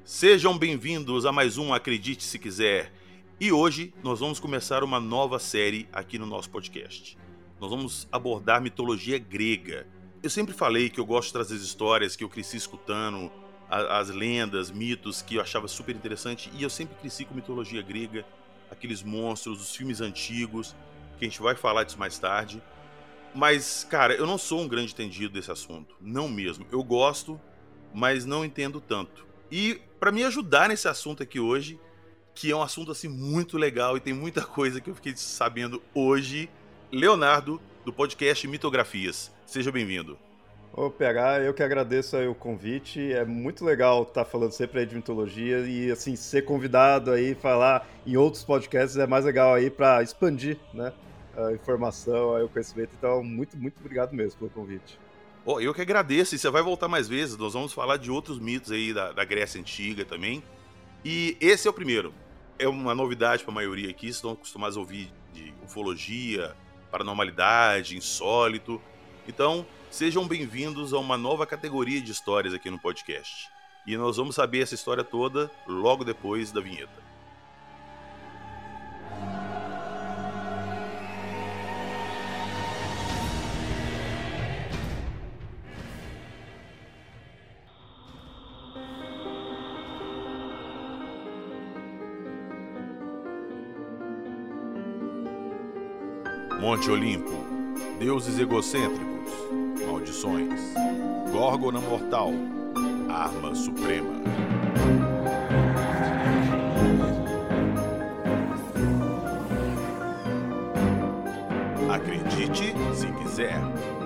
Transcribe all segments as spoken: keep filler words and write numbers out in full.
Sejam bem-vindos a mais um Acredite Se Quiser. E hoje nós vamos começar uma nova série aqui no nosso podcast. Nós vamos abordar mitologia grega. Eu sempre falei que eu gosto de trazer as histórias que eu cresci escutando, as lendas, mitos que eu achava super interessante, e eu sempre cresci com mitologia grega, aqueles monstros, os filmes antigos, que a gente vai falar disso mais tarde. Mas, cara, eu não sou um grande entendido desse assunto, não mesmo. Eu gosto, mas não entendo tanto. E para me ajudar nesse assunto aqui hoje, que é um assunto assim muito legal e tem muita coisa que eu fiquei sabendo hoje, Leonardo, do podcast Mitografias. Seja bem-vindo. Ô, P H, eu que agradeço aí o convite. É muito legal estar falando sempre aí de mitologia e, assim, ser convidado aí, falar em outros podcasts é mais legal aí para expandir, né, a informação, aí, o conhecimento. Então, muito, muito obrigado mesmo pelo convite. Oh, eu que agradeço, e você vai voltar mais vezes. Nós vamos falar de outros mitos aí da, da Grécia Antiga também. E esse é o primeiro. É uma novidade para a maioria aqui, estão acostumados a ouvir de ufologia, paranormalidade, insólito. Então, sejam bem-vindos a uma nova categoria de histórias aqui no podcast. E nós vamos saber essa história toda logo depois da vinheta. Monte Olimpo, deuses egocêntricos, maldições, Górgona mortal, arma suprema. Acredite se quiser.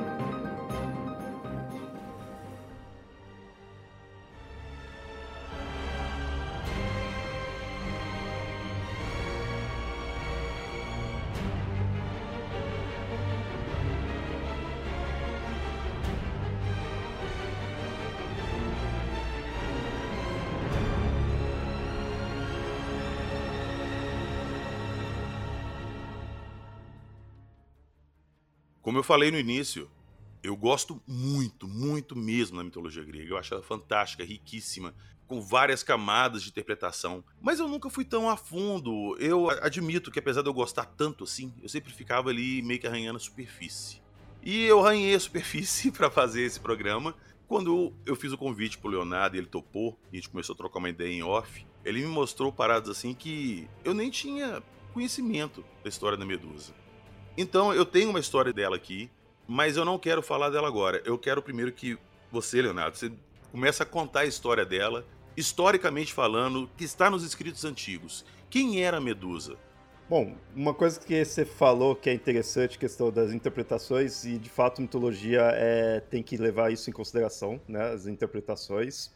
Como eu falei no início, eu gosto muito, muito mesmo da mitologia grega. Eu acho ela fantástica, riquíssima, com várias camadas de interpretação. Mas eu nunca fui tão a fundo. Eu admito que, apesar de eu gostar tanto assim, eu sempre ficava ali meio que arranhando a superfície. E eu arranhei a superfície para fazer esse programa. Quando eu fiz o convite pro Leonardo e ele topou, e a gente começou a trocar uma ideia em off, ele me mostrou paradas assim que eu nem tinha conhecimento da história da Medusa. Então, eu tenho uma história dela aqui, mas eu não quero falar dela agora. Eu quero primeiro que você, Leonardo, você comece a contar a história dela, historicamente falando, que está nos escritos antigos. Quem era a Medusa? Bom, uma coisa que você falou que é interessante, questão das interpretações, e de fato mitologia é, tem que levar isso em consideração, né, as interpretações.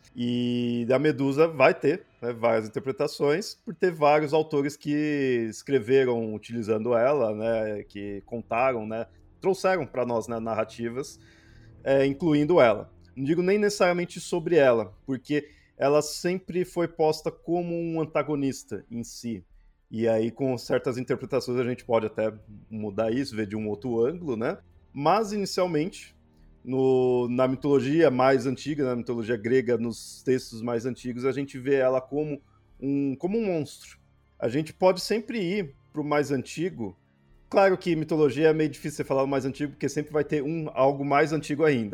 E a Medusa vai ter, né, várias interpretações, por ter vários autores que escreveram utilizando ela, né, que contaram, né, trouxeram para nós, né, narrativas, é, incluindo ela. Não digo nem necessariamente sobre ela, porque ela sempre foi posta como um antagonista em si. E aí, com certas interpretações, a gente pode até mudar isso, ver de um outro ângulo, né? Mas, inicialmente, no, na mitologia mais antiga, na mitologia grega, nos textos mais antigos, a gente vê ela como um, como um monstro. A gente pode sempre ir para o mais antigo. Claro que mitologia é meio difícil você falar o mais antigo, porque sempre vai ter um, algo mais antigo ainda.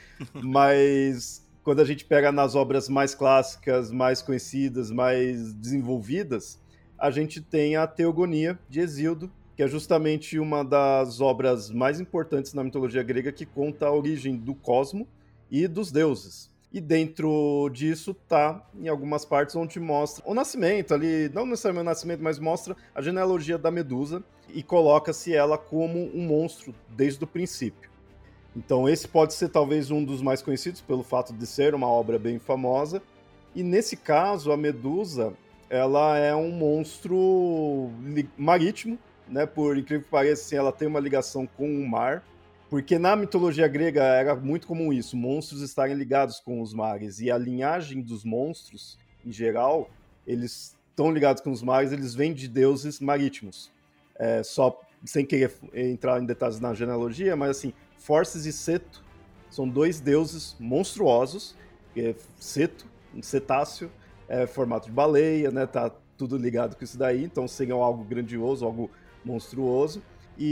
Mas quando a gente pega nas obras mais clássicas, mais conhecidas, mais desenvolvidas, a gente tem a Teogonia de Hesíodo, que é justamente uma das obras mais importantes na mitologia grega, que conta a origem do cosmo e dos deuses. E dentro disso tá, em algumas partes, onde mostra o nascimento ali, não necessariamente o nascimento, mas mostra a genealogia da Medusa e coloca-se ela como um monstro desde o princípio. Então esse pode ser talvez um dos mais conhecidos pelo fato de ser uma obra bem famosa. E nesse caso, a Medusa, ela é um monstro marítimo, né? Por incrível que pareça, assim, ela tem uma ligação com o mar, porque na mitologia grega era muito comum isso, monstros estarem ligados com os mares, e a linhagem dos monstros, em geral, eles estão ligados com os mares, eles vêm de deuses marítimos. É, só sem querer entrar em detalhes na genealogia, mas assim, Forces e Ceto são dois deuses monstruosos, que é Ceto, um cetáceo, é formato de baleia, né? Tá tudo ligado com isso daí, então seriam algo grandioso, algo monstruoso,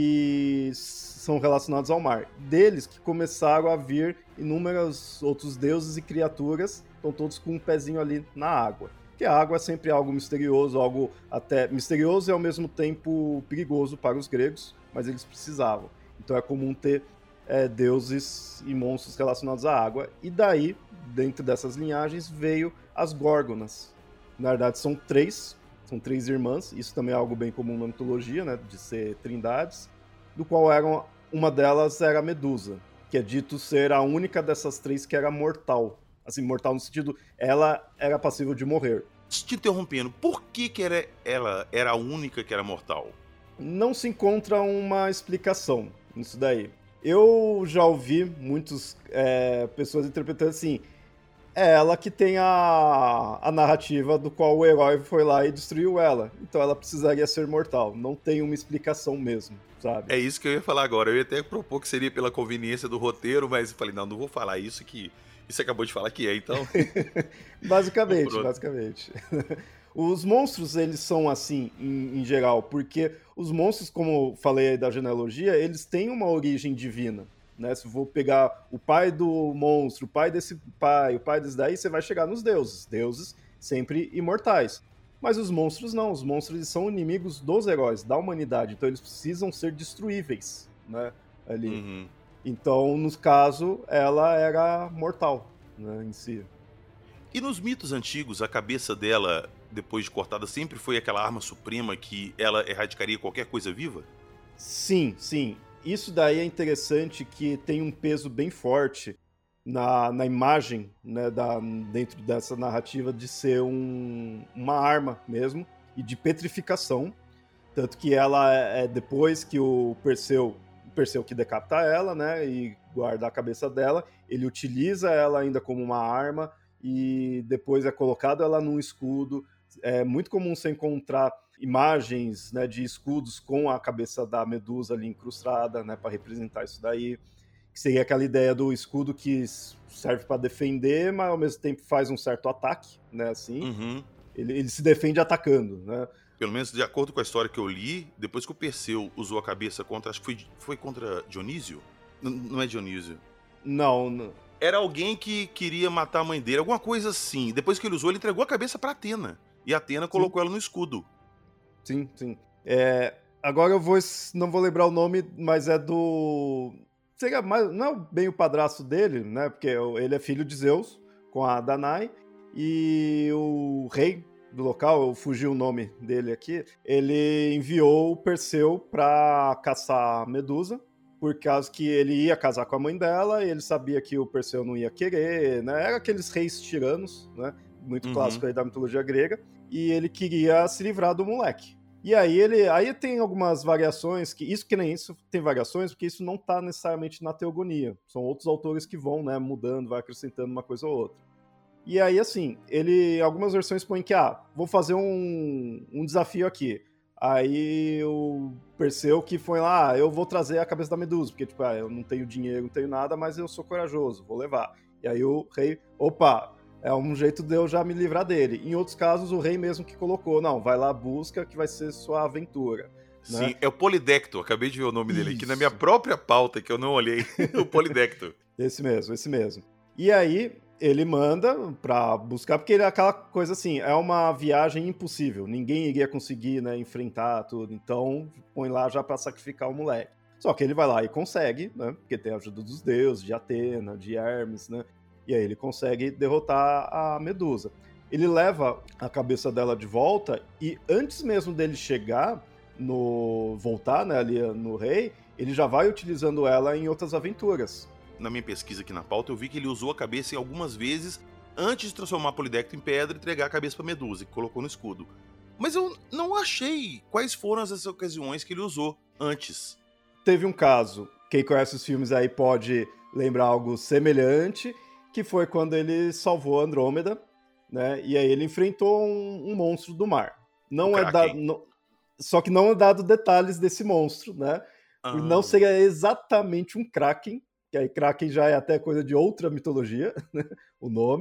e são relacionados ao mar. Deles que começaram a vir inúmeros outros deuses e criaturas, estão todos com um pezinho ali na água. Porque a água é sempre algo misterioso, algo até misterioso e ao mesmo tempo perigoso para os gregos, mas eles precisavam. Então é comum ter é, deuses e monstros relacionados à água. E daí, dentro dessas linhagens, veio as górgonas. Na verdade, são três, são três irmãs. Isso também é algo bem comum na mitologia, né, de ser trindades, do qual eram, uma delas era a Medusa, que é dito ser a única dessas três que era mortal. Assim, mortal no sentido, ela era passível de morrer. Te interrompendo, por que, que era, ela era a única que era mortal? Não se encontra uma explicação nisso daí. Eu já ouvi muitas é, pessoas interpretando assim, é ela que tem a, a narrativa do qual o herói foi lá e destruiu ela. Então ela precisaria ser mortal. Não tem uma explicação mesmo, sabe? É isso que eu ia falar agora. Eu ia até propor que seria pela conveniência do roteiro, mas eu falei, não, não vou falar isso que... E você acabou de falar que é, então... basicamente, Então, basicamente. Os monstros, eles são assim, em, em geral, porque os monstros, como eu falei aí da genealogia, eles têm uma origem divina, né? Se eu vou pegar o pai do monstro, o pai desse pai, o pai desse daí, você vai chegar nos deuses. Deuses sempre imortais. Mas os monstros não, os monstros eles são inimigos dos heróis, da humanidade, então eles precisam ser destruíveis, né? Ali. Uhum. Então, no caso, ela era mortal, né, em si. E nos mitos antigos, a cabeça dela, depois de cortada, sempre foi aquela arma suprema que ela erradicaria qualquer coisa viva? Sim, sim. Isso daí é interessante que tem um peso bem forte na, na imagem, né, da, dentro dessa narrativa de ser um, uma arma mesmo e de petrificação. Tanto que ela é depois que o Perseu Perseu que decapita ela, né, e guarda a cabeça dela, ele utiliza ela ainda como uma arma e depois é colocado ela num escudo. É muito comum você encontrar imagens, né, de escudos com a cabeça da Medusa ali incrustada, né, para representar isso daí, que seria aquela ideia do escudo que serve para defender, mas ao mesmo tempo faz um certo ataque, né, assim. Uhum. Ele, ele se defende atacando, né. Pelo menos de acordo com a história que eu li, depois que o Perseu usou a cabeça contra... Acho que foi, foi contra Dionísio? N não é Dionísio. Não, não. Era alguém que queria matar a mãe dele, alguma coisa assim. Depois que ele usou, ele entregou a cabeça pra Atena. E a Atena colocou sim. ela no escudo. Sim, sim. É, agora eu vou, não vou lembrar o nome, mas é do... Seria mais, não é bem o padrasto dele, né? Porque ele é filho de Zeus, com a Danae. E o rei do local, eu fugi o nome dele aqui, ele enviou o Perseu para caçar a Medusa, por causa que ele ia casar com a mãe dela, e ele sabia que o Perseu não ia querer, né? Era aqueles reis tiranos, né? Muito uhum. clássico aí da mitologia grega, e ele queria se livrar do moleque. E aí ele, aí tem algumas variações, que isso que nem isso tem variações, porque isso não está necessariamente na teogonia. São outros autores que vão, né, mudando, vai acrescentando uma coisa ou outra. E aí, assim, ele, algumas versões põem que, ah, vou fazer um, um desafio aqui. Aí o Perseu que foi lá, ah, eu vou trazer a cabeça da Medusa, porque, tipo, ah, eu não tenho dinheiro, não tenho nada, mas eu sou corajoso, vou levar. E aí o rei, opa, é um jeito de eu já me livrar dele. Em outros casos, o rei mesmo que colocou, não, vai lá, busca, que vai ser sua aventura. Sim, né? É o Polidecto, acabei de ver o nome dele aqui na minha própria pauta, que eu não olhei, o Polidecto. Esse mesmo, esse mesmo. E aí... ele manda pra buscar, porque ele é aquela coisa assim, é uma viagem impossível, ninguém iria conseguir, né, enfrentar tudo, então põe lá já pra sacrificar o moleque. Só que ele vai lá e consegue, né, porque tem a ajuda dos deuses, de Atena, de Hermes, né, e aí ele consegue derrotar a Medusa. Ele leva a cabeça dela de volta e antes mesmo dele chegar no... voltar, né, ali no rei, ele já vai utilizando ela em outras aventuras. Na minha pesquisa aqui na pauta, eu vi que ele usou a cabeça em algumas vezes antes de transformar Polidecto em pedra e entregar a cabeça para Medusa, que colocou no escudo. Mas eu não achei quais foram as ocasiões que ele usou antes. Teve um caso, quem conhece os filmes aí pode lembrar algo semelhante, que foi quando ele salvou Andrômeda, né? E aí ele enfrentou um, um monstro do mar. Não é dado, não, só que não é dado detalhes desse monstro, né? Ah. Não seria exatamente um Kraken, que aí Kraken já é até coisa de outra mitologia, né, o nome,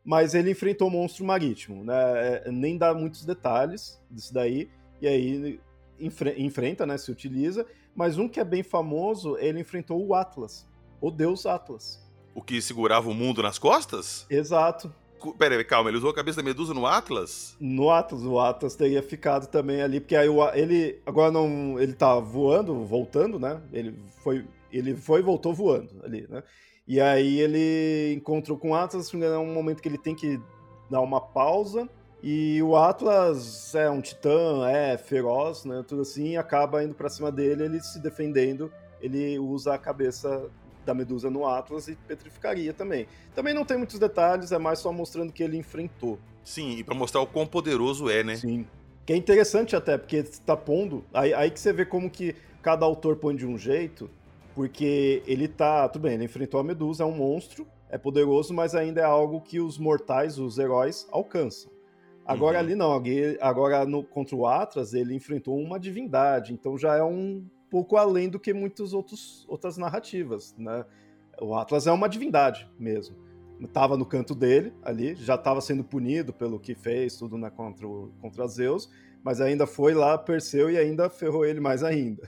mas ele enfrentou o monstro marítimo, né? Nem dá muitos detalhes disso daí, e aí enfre- enfrenta, né? Se utiliza, mas um que é bem famoso, ele enfrentou o Atlas, o deus Atlas. O que segurava o mundo nas costas? Exato. Pera aí, calma, ele usou a cabeça da Medusa no Atlas? No Atlas, o Atlas teria ficado também ali, porque aí o, ele agora não, ele tá voando, voltando, né? Ele foi, ele foi e voltou voando ali, né? E aí ele encontrou com o Atlas, é um momento que ele tem que dar uma pausa, e o Atlas é um titã, é feroz, né? Tudo assim, e acaba indo pra cima dele, ele se defendendo, ele usa a cabeça da Medusa no Atlas e petrificaria também. Também não tem muitos detalhes, é mais só mostrando que ele enfrentou. Sim, e pra mostrar o quão poderoso é, né? Sim. Que é interessante até, porque tá pondo... Aí, aí que você vê como que cada autor põe de um jeito, porque ele tá... Tudo bem, ele enfrentou a Medusa, é um monstro, é poderoso, mas ainda é algo que os mortais, os heróis, alcançam. Agora Uhum. ali não, agora no, contra o Atlas, ele enfrentou uma divindade, então já é um pouco além do que muitas outros, outras narrativas, né? O Atlas é uma divindade mesmo. Estava no canto dele ali, já estava sendo punido pelo que fez, tudo né, contra, o, contra Zeus, mas ainda foi lá, Perseu, e ainda ferrou ele mais ainda.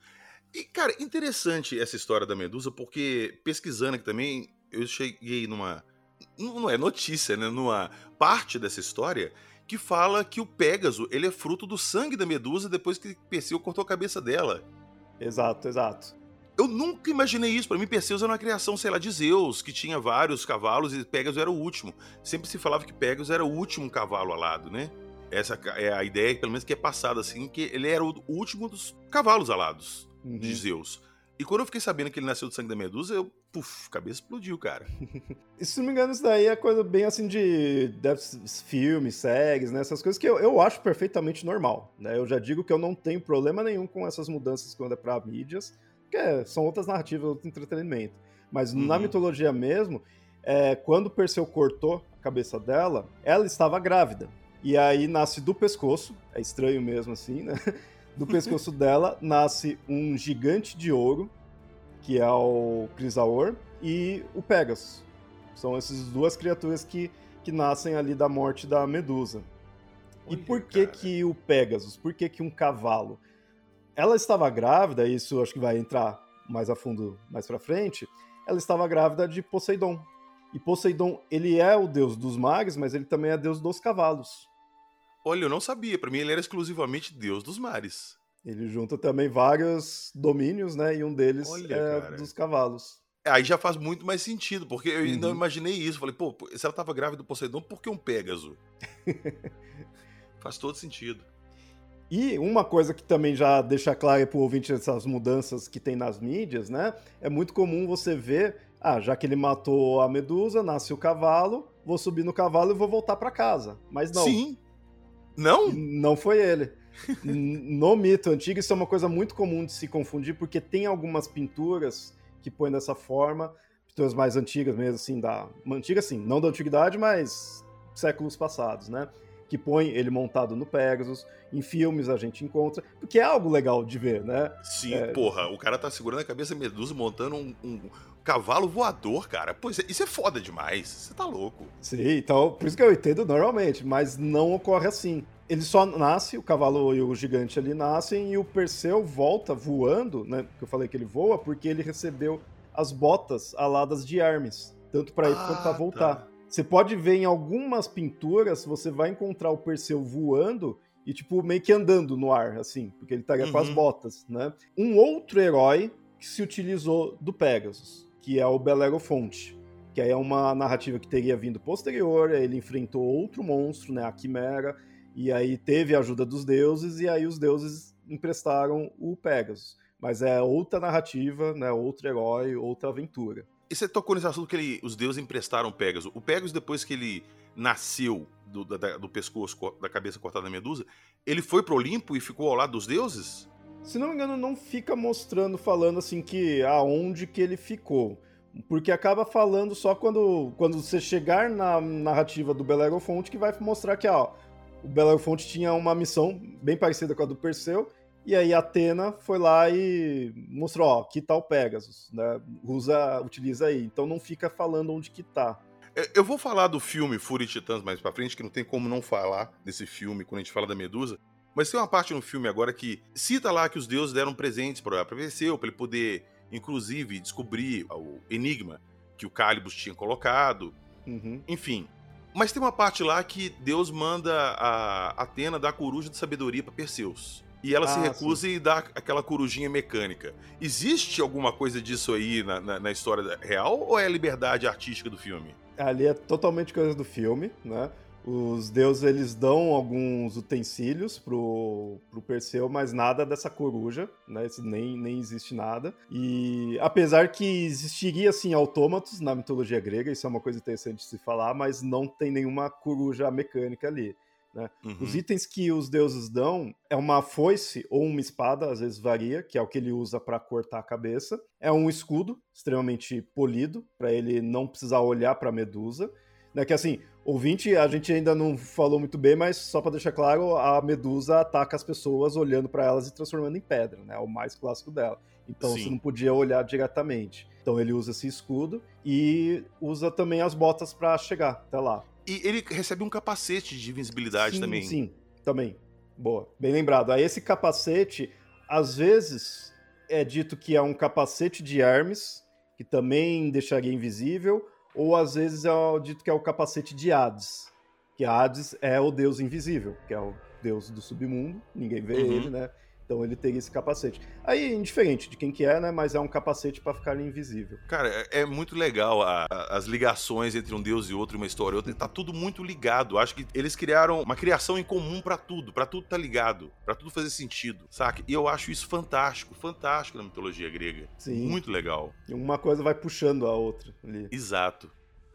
E, cara, interessante essa história da Medusa, porque pesquisando aqui também, eu cheguei numa... Não é notícia, né? Numa parte dessa história que fala que o Pégaso, ele é fruto do sangue da Medusa depois que Perseu cortou a cabeça dela. Exato, exato. Eu nunca imaginei isso. Pra mim, Perseus era uma criação, sei lá, de Zeus, que tinha vários cavalos e Pégaso era o último. Sempre se falava que Pégaso era o último cavalo alado, né? Essa é a ideia, pelo menos, que é passada assim, que ele era o último dos cavalos alados Uhum. de Zeus. E quando eu fiquei sabendo que ele nasceu do sangue da Medusa, eu, puf, cabeça explodiu, cara. E se não me engano, isso daí é coisa bem assim de deve, filmes, séries, né? Essas coisas que eu, eu acho perfeitamente normal, né? Eu já digo que eu não tenho problema nenhum com essas mudanças quando é pra mídias, porque são outras narrativas, outro entretenimento. Mas Uhum. na mitologia mesmo, é, quando Perseu cortou a cabeça dela, ela estava grávida. E aí nasce do pescoço, é estranho mesmo assim, né? Do pescoço dela nasce um gigante de ouro, que é o Crisaor, e o Pégasus. São essas duas criaturas que, que nascem ali da morte da Medusa. Olha, e por que cara. que o Pégasus? Por que que um cavalo? Ela estava grávida, isso acho que vai entrar mais a fundo mais pra frente, ela estava grávida de Poseidon. E Poseidon, ele é o deus dos mares, mas ele também é deus dos cavalos. Olha, eu não sabia. Pra mim ele era exclusivamente deus dos mares. Ele junta também vários domínios, né? E um deles Olha, é cara. dos cavalos. Aí já faz muito mais sentido, porque eu Uhum. não imaginei isso. Falei, pô, se ela tava grávida do Poseidon, por que um Pégaso? Faz todo sentido. E uma coisa que também já deixa claro para o ouvinte essas mudanças que tem nas mídias, né? É muito comum você ver, ah, já que ele matou a Medusa, nasce o cavalo, vou subir no cavalo e vou voltar para casa. Mas não. Sim. Não? Não foi ele. No mito antigo, isso é uma coisa muito comum de se confundir, porque tem algumas pinturas que põem dessa forma, pinturas mais antigas mesmo, assim, da... Antiga, assim, não da antiguidade, mas séculos passados, né? Que põe ele montado no Pegasus. Em filmes a gente encontra, porque é algo legal de ver, né? Sim, é... porra, o cara tá segurando a cabeça da Medusa montando um, um cavalo voador, cara. Pô, isso é, isso é foda demais. Você tá louco. Sim, então, por isso que eu entendo normalmente, mas não ocorre assim. Ele só nasce, o cavalo e o gigante ali nascem, e o Perseu volta voando, né? Que eu falei que ele voa, porque ele recebeu as botas aladas de Hermes, tanto para ir ah, quanto para voltar. Tá. Você pode ver em algumas pinturas, você vai encontrar o Perseu voando e, tipo, meio que andando no ar, assim, porque ele estaria Uhum. com as botas, né? Um outro herói que se utilizou do Pegasus, que é o Belerofonte, que aí é uma narrativa que teria vindo posterior, ele enfrentou outro monstro, né, a Quimera, e aí teve a ajuda dos deuses, e aí os deuses emprestaram o Pegasus. Mas é outra narrativa, né, outro herói, outra aventura. E você tocou nesse assunto que ele, os deuses emprestaram o Pégaso. O Pégaso, depois que ele nasceu do, da, do pescoço, da cabeça cortada da Medusa, ele foi pro Olimpo e ficou ao lado dos deuses? Se não me engano, não fica mostrando, falando assim, que aonde que ele ficou. Porque acaba falando só quando, quando você chegar na narrativa do Belerofonte, que vai mostrar que, ó, o Belerofonte tinha uma missão bem parecida com a do Perseu, e aí Atena foi lá e mostrou, ó, aqui tá o Pegasus, né? Usa, utiliza aí. Então não fica falando onde que tá. Eu vou falar do filme Fúria de Titãs mais pra frente, que não tem como não falar desse filme quando a gente fala da Medusa. Mas tem uma parte no filme agora que cita lá que os deuses deram presentes para Perseu, para ele poder, inclusive, descobrir o enigma que o Cálibus tinha colocado. Uhum. Enfim. Mas tem uma parte lá que Deus manda a Atena dar a coruja de sabedoria para Perseus. E ela ah, se recusa sim. e dá aquela corujinha mecânica. Existe alguma coisa disso aí na, na, na história real ou é a liberdade artística do filme? Ali é totalmente coisa do filme, né? Os deuses, eles dão alguns utensílios pro, pro Perseu, mas nada dessa coruja, né? Isso nem, nem existe nada. E apesar que existiria, assim, autômatos na mitologia grega, isso é uma coisa interessante de se falar, mas não tem nenhuma coruja mecânica ali, né? Uhum. Os itens que os deuses dão é uma foice ou uma espada, às vezes varia, que é o que ele usa para cortar a cabeça. É um escudo extremamente polido, para ele não precisar olhar para a Medusa. Né, que assim, ouvinte, a gente ainda não falou muito bem, mas só para deixar claro, a Medusa ataca as pessoas olhando para elas e transformando em pedra, né? É o mais clássico dela. Então Sim. você não podia olhar diretamente. Então ele usa esse escudo e usa também as botas para chegar até lá. E ele recebe um capacete de invisibilidade sim, também. Sim, também. Boa, bem lembrado. Aí esse capacete, às vezes, é dito que é um capacete de Hermes, que também deixaria invisível, ou às vezes é dito que é o capacete de Hades, que Hades é o deus invisível, que é o deus do submundo, ninguém vê uhum. ele, né? Então ele teria esse capacete. Aí, indiferente de quem que é, né? Mas é um capacete pra ficar invisível. Cara, é, é muito legal a, a, as ligações entre um deus e outro, uma história e outra. Tá tudo muito ligado. Acho que eles criaram uma criação em comum pra tudo. Pra tudo tá ligado. Pra tudo fazer sentido, saca? E eu acho isso fantástico. Fantástico na mitologia grega. Sim. Muito legal. E uma coisa vai puxando a outra ali. Exato.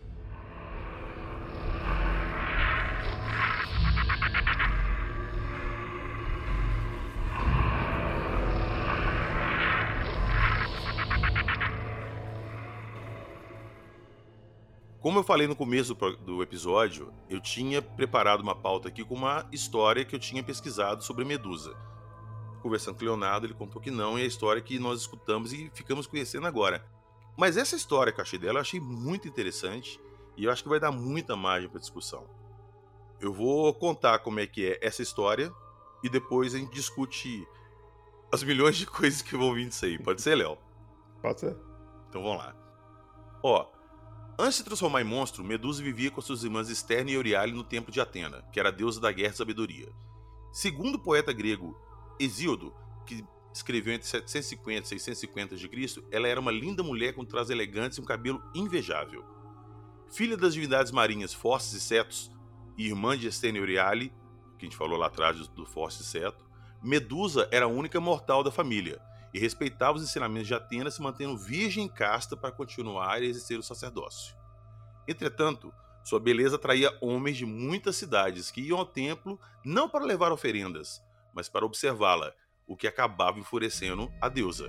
Como eu falei no começo do episódio, eu tinha preparado uma pauta aqui com uma história que eu tinha pesquisado sobre Medusa. Conversando com o Leonardo, ele contou que não, e é a história que nós escutamos e ficamos conhecendo agora. Mas essa história que eu achei dela, eu achei muito interessante e eu acho que vai dar muita margem para discussão. Eu vou contar como é que é essa história e depois a gente discute as milhões de coisas que vão vir disso aí. Pode ser, Léo? Pode ser. Então vamos lá. Ó... Antes de se transformar em monstro, Medusa vivia com suas irmãs Esterna e Euríale no templo de Atena, que era a deusa da guerra e sabedoria. Segundo o poeta grego Hesíodo, que escreveu entre setecentos e cinquenta e seiscentos e cinquenta antes de Cristo, ela era uma linda mulher com traços elegantes e um cabelo invejável. Filha das divindades marinhas Fóssis e Cetos, e irmã de Esterna e Euríale, que a gente falou lá atrás do Fóssis e Ceto, Medusa era a única mortal da família, e respeitava os ensinamentos de Atena, se mantendo virgem e casta para continuar a exercer o sacerdócio. Entretanto, sua beleza atraía homens de muitas cidades que iam ao templo não para levar oferendas, mas para observá-la, o que acabava enfurecendo a deusa.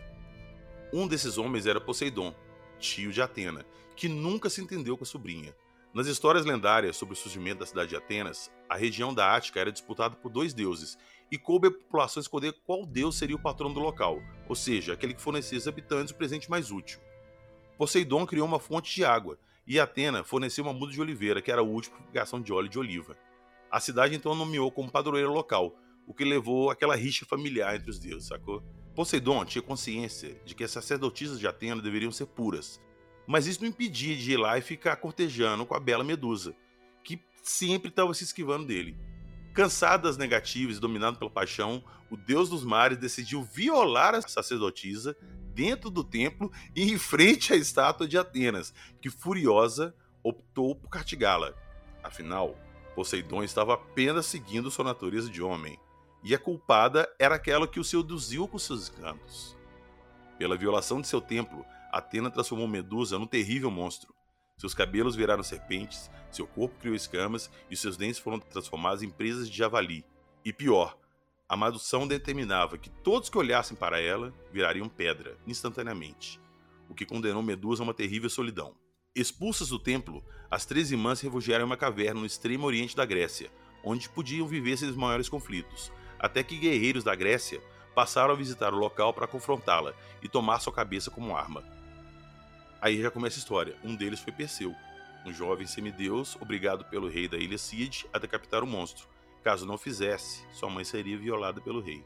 Um desses homens era Poseidon, tio de Atena, que nunca se entendeu com a sobrinha. Nas histórias lendárias sobre o surgimento da cidade de Atenas, a região da Ática era disputada por dois deuses, e coube à população escolher qual deus seria o patrono do local, ou seja, aquele que fornecia aos habitantes o presente mais útil. Poseidon criou uma fonte de água, e Atena forneceu uma muda de oliveira, que era útil para a fabricação de óleo de oliva. A cidade então nomeou como padroeira local, o que levou àquela rixa familiar entre os deuses, sacou? Poseidon tinha consciência de que as sacerdotisas de Atena deveriam ser puras, mas isso não impedia de ir lá e ficar cortejando com a bela Medusa, que sempre estava se esquivando dele. Cansado das negativas e dominado pela paixão, o deus dos mares decidiu violar a sacerdotisa dentro do templo e em frente à estátua de Atenas, que, furiosa, optou por castigá-la. Afinal, Poseidon estava apenas seguindo sua natureza de homem, e a culpada era aquela que o seduziu com seus encantos. Pela violação de seu templo, Atena transformou Medusa num terrível monstro. Seus cabelos viraram serpentes, seu corpo criou escamas e seus dentes foram transformados em presas de javali. E pior, a maldição determinava que todos que olhassem para ela virariam pedra, instantaneamente, o que condenou Medusa a uma terrível solidão. Expulsas do templo, as três irmãs se refugiaram em uma caverna no extremo oriente da Grécia, onde podiam viver seus maiores conflitos, até que guerreiros da Grécia passaram a visitar o local para confrontá-la e tomar sua cabeça como arma. Aí já começa a história. Um deles foi Perseu. um jovem semideus obrigado pelo rei da ilha Cid a decapitar o monstro. Caso não fizesse, sua mãe seria violada pelo rei.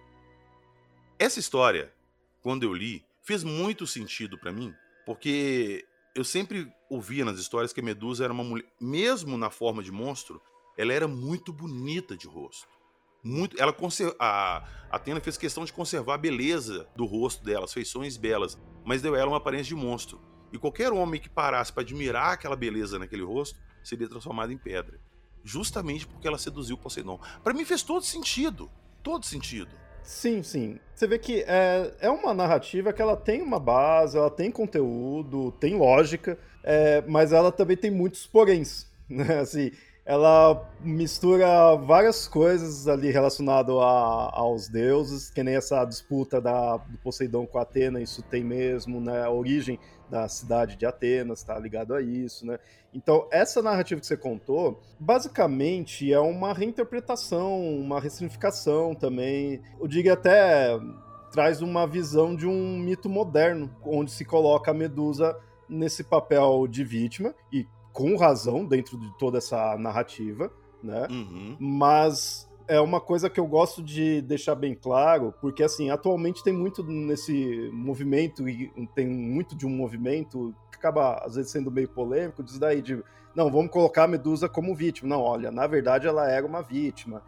Essa história, quando eu li, fez muito sentido pra mim, porque eu sempre ouvia nas histórias que a Medusa era uma mulher, mesmo na forma de monstro, ela era muito bonita de rosto. Muito, ela conser... a Athena fez questão de conservar a beleza do rosto dela, as feições belas, mas deu a ela uma aparência de monstro. E qualquer homem que parasse para admirar aquela beleza naquele rosto seria transformado em pedra. Justamente porque ela seduziu Poseidon. Para mim fez todo sentido. Todo sentido. Sim, sim. Você vê que é, é uma narrativa que ela tem uma base, ela tem conteúdo, tem lógica, é, mas ela também tem muitos poréns, né? Assim, ela mistura várias coisas ali relacionadas aos deuses, que nem essa disputa da, do Poseidon com a Atena, isso tem mesmo, né? A origem da cidade de Atenas está ligado a isso, né? Então, essa narrativa que você contou, basicamente é uma reinterpretação, uma ressignificação também. Eu diria até traz uma visão de um mito moderno, onde se coloca a Medusa nesse papel de vítima, e com razão dentro de toda essa narrativa, né? Uhum. Mas é uma coisa que eu gosto de deixar bem claro, porque assim, atualmente tem muito nesse movimento, e tem muito de um movimento que acaba às vezes sendo meio polêmico, diz daí de, não, vamos colocar a Medusa como vítima. Não, olha, na verdade ela era uma vítima,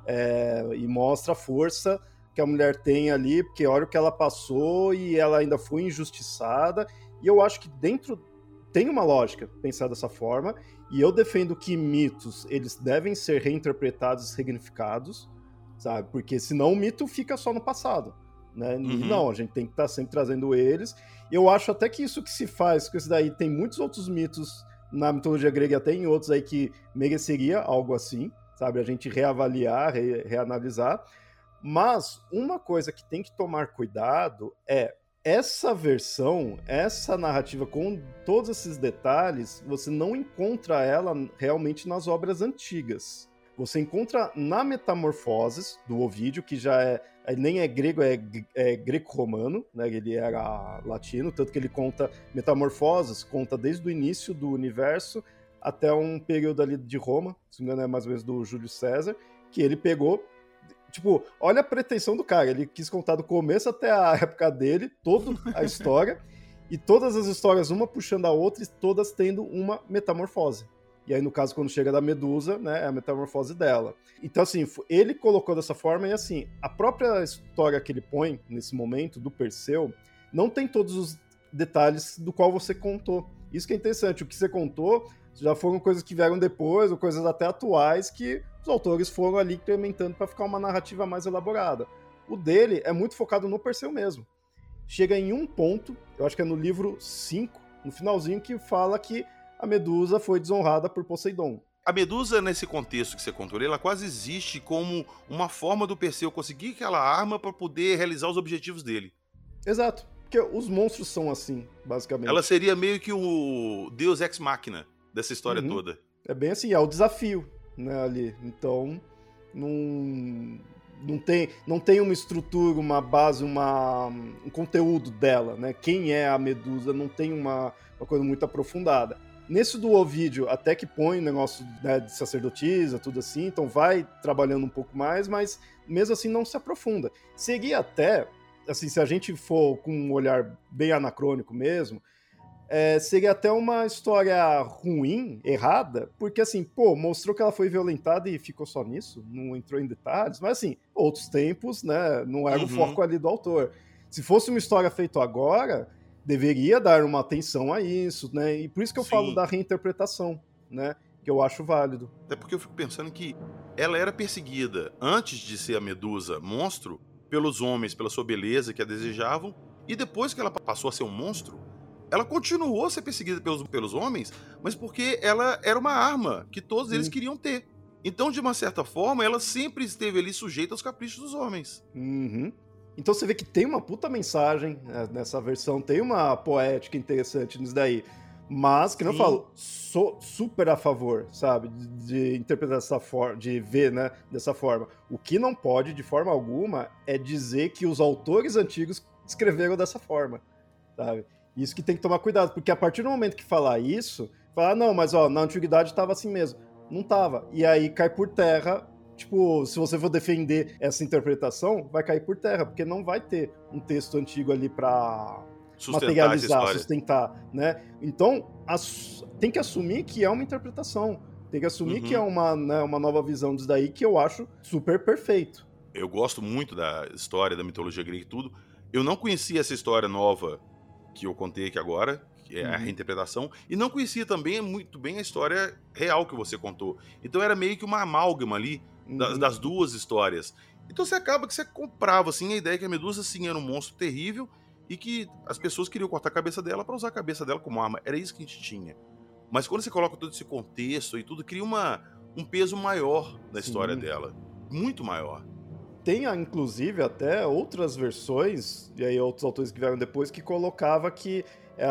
é, e mostra a força que a mulher tem ali, porque olha o que ela passou e ela ainda foi injustiçada, e eu acho que dentro tem uma lógica pensar dessa forma, e eu defendo que mitos, eles devem ser reinterpretados e significados, sabe? Porque senão o mito fica só no passado, né? Uhum. E não, a gente tem que estar sempre trazendo eles. Eu acho até que isso que se faz com isso daí, tem muitos outros mitos na mitologia grega e até em outros aí que mereceria algo assim, sabe? A gente reavaliar, re reanalisar. Mas uma coisa que tem que tomar cuidado é essa versão, essa narrativa com todos esses detalhes, você não encontra ela realmente nas obras antigas. Você encontra na Metamorfoses, do Ovídio, que já é, nem é grego, é, é greco-romano, né? Ele era latino, tanto que ele conta Metamorfoses, conta desde o início do universo até um período ali de Roma, se não me engano é mais ou menos do Júlio César, que ele pegou. Tipo, olha a pretensão do cara, ele quis contar do começo até a época dele, toda a história, e todas as histórias, uma puxando a outra, e todas tendo uma metamorfose. E aí, no caso, quando chega da Medusa, né, é a metamorfose dela. Então, assim, ele colocou dessa forma, e assim, a própria história que ele põe, nesse momento, do Perseu, não tem todos os detalhes do qual você contou. Isso que é interessante, o que você contou já foram coisas que vieram depois, ou coisas até atuais, que os autores foram ali incrementando para ficar uma narrativa mais elaborada. O dele é muito focado no Perseu mesmo. Chega em um ponto, eu acho que é no livro cinco, no finalzinho, que fala que a Medusa foi desonrada por Poseidon. A Medusa, nesse contexto que você contou, ela quase existe como uma forma do Perseu conseguir aquela arma para poder realizar os objetivos dele. Exato, porque os monstros são assim, basicamente. Ela seria meio que o Deus Ex Machina dessa história uhum. toda. É bem assim, é o desafio, né, ali. Então, não, não, tem, não tem uma estrutura, uma base, uma, um conteúdo dela, né? Quem é a Medusa não tem uma, uma coisa muito aprofundada. Nesse do Ovídio, até que põe o negócio, né, de sacerdotisa, tudo assim, então vai trabalhando um pouco mais, mas mesmo assim não se aprofunda. Seria até, assim, se a gente for com um olhar bem anacrônico mesmo, É, seria até uma história ruim, errada, porque assim, pô, mostrou que ela foi violentada e ficou só nisso, não entrou em detalhes, mas assim, outros tempos, né, não era uhum. o foco ali do autor. Se fosse uma história feita agora, deveria dar uma atenção a isso, né, e por isso que eu Sim. falo da reinterpretação, né, que eu acho válido. Até porque eu fico pensando que ela era perseguida, antes de ser a Medusa monstro, pelos homens, pela sua beleza que a desejavam, e depois que ela passou a ser um monstro, ela continuou a ser perseguida pelos, pelos homens, mas porque ela era uma arma que todos Sim. eles queriam ter. Então, de uma certa forma, ela sempre esteve ali sujeita aos caprichos dos homens. Uhum. Então você vê que tem uma puta mensagem, né, nessa versão, tem uma poética interessante nisso daí. Mas, que não eu falo, sou super a favor, sabe, de, de interpretar dessa forma, de ver, né, dessa forma. O que não pode, de forma alguma, é dizer que os autores antigos escreveram dessa forma, sabe? Isso que tem que tomar cuidado, porque a partir do momento que falar isso, Fala, ah, não, mas ó, na antiguidade tava assim mesmo. Não tava. E aí cai por terra, tipo, se você for defender essa interpretação, vai cair por terra, porque não vai ter um texto antigo ali pra Sustentar essa materializar, história. sustentar, né? Então, as, tem que assumir que é uma interpretação. Tem que assumir Uhum. que é uma, né, uma nova visão disso daí, que eu acho super perfeito. Eu gosto muito da história, da mitologia grega e tudo. Eu não conhecia essa história nova que eu contei aqui agora, que é a Uhum. reinterpretação, e não conhecia também muito bem a história real que você contou. Então era meio que uma amálgama ali da- Uhum. das duas histórias. Então você acaba que você comprava assim, a ideia que a Medusa sim era um monstro terrível e que as pessoas queriam cortar a cabeça dela para usar a cabeça dela como arma. Era isso que a gente tinha. Mas quando você coloca todo esse contexto e tudo, cria uma, um peso maior na história Sim. dela. Muito maior. Tem, inclusive, até outras versões, e aí outros autores que vieram depois, que colocava que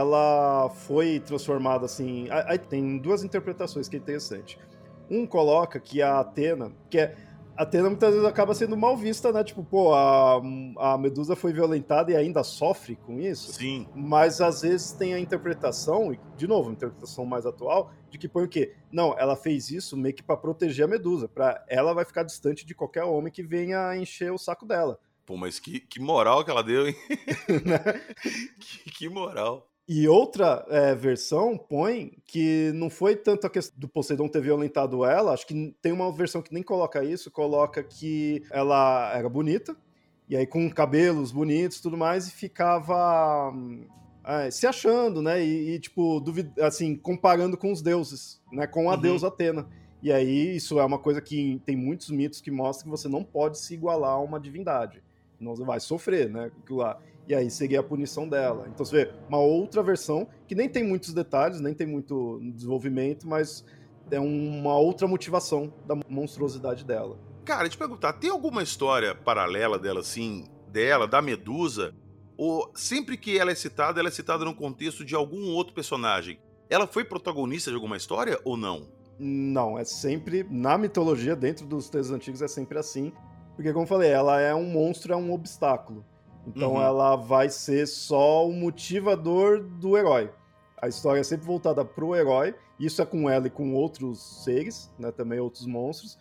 ela foi transformada assim. Aí tem duas interpretações que é interessante. Um coloca que a Atena, que é. A Atena muitas vezes acaba sendo mal vista, né? Tipo, pô, a, a Medusa foi violentada e ainda sofre com isso. Sim. Mas às vezes tem a interpretação, e de novo, a interpretação mais atual, de que põe o quê? Não, ela fez isso meio que pra proteger a Medusa, pra ela vai ficar distante de qualquer homem que venha encher o saco dela. Pô, mas que, que moral que ela deu, hein? Né? que, que moral. E outra é, versão põe que não foi tanto a questão do Poseidon ter violentado ela, acho que tem uma versão que nem coloca isso, coloca que ela era bonita, e aí com cabelos bonitos e tudo mais, e ficava hum, é, se achando, né, e, e tipo, duvid... assim, comparando com os deuses, né, com a Uhum. deusa Atena. E aí isso é uma coisa que tem muitos mitos que mostram que você não pode se igualar a uma divindade, senão você vai sofrer, né, aquilo lá. E aí seria a punição dela. Então você vê uma outra versão, que nem tem muitos detalhes, nem tem muito desenvolvimento, mas é uma outra motivação da monstruosidade dela. Cara, te perguntar, tem alguma história paralela dela, assim, dela, da Medusa? Ou sempre que ela é citada, ela é citada no contexto de algum outro personagem? Ela foi protagonista de alguma história ou não? Não, é sempre, na mitologia, dentro dos textos antigos, é sempre assim. Porque, como eu falei, ela é um monstro, é um obstáculo. Então Uhum. ela vai ser só o motivador do herói. A história é sempre voltada pro herói. Isso é com ela e com outros seres, né, também outros monstros.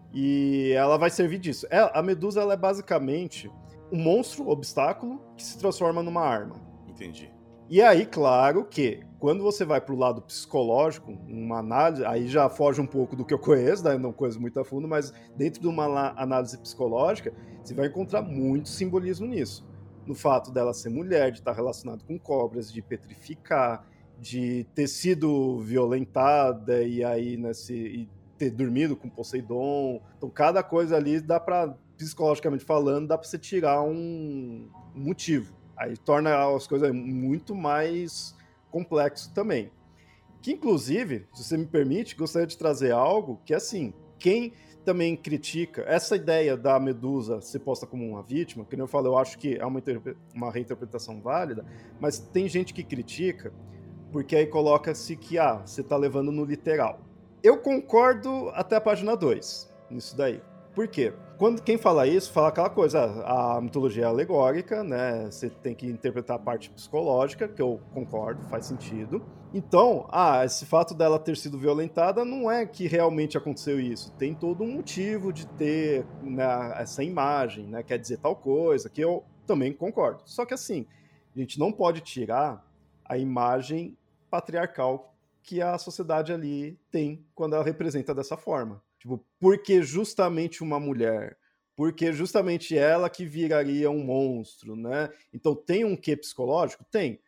E ela vai servir disso. É, a Medusa ela é basicamente um monstro, obstáculo, que se transforma numa arma. Entendi. E aí, claro que, quando você vai pro lado psicológico, uma análise, aí já foge um pouco do que eu conheço, né? Não conheço muito a fundo, mas dentro de uma análise psicológica, você vai encontrar muito simbolismo nisso. No fato dela ser mulher, de estar relacionado com cobras, de petrificar, de ter sido violentada e aí, né, se, e ter dormido com Poseidon. Então, cada coisa ali dá pra, psicologicamente falando, dá pra você tirar um motivo. Aí torna as coisas muito mais complexo também. Que, inclusive, se você me permite, gostaria de trazer algo que, assim, quem também critica essa ideia da Medusa ser posta como uma vítima, que nem eu falo, eu acho que é uma, uma reinterpretação válida, mas tem gente que critica porque aí coloca-se que, ah, você tá levando no literal. Eu concordo até a página dois, nisso daí. Por quê? Quando quem fala isso, fala aquela coisa, a mitologia é alegórica, né? Você tem que interpretar a parte psicológica, que eu concordo, faz sentido. Então, ah, esse fato dela ter sido violentada não é que realmente aconteceu isso. Tem todo um motivo de ter, né, essa imagem, né? Quer dizer tal coisa, que eu também concordo. Só que assim, a gente não pode tirar a imagem patriarcal que a sociedade ali tem quando ela representa dessa forma. Tipo, porque justamente uma mulher, porque justamente ela que viraria um monstro, né? Então tem um quê psicológico? Tem,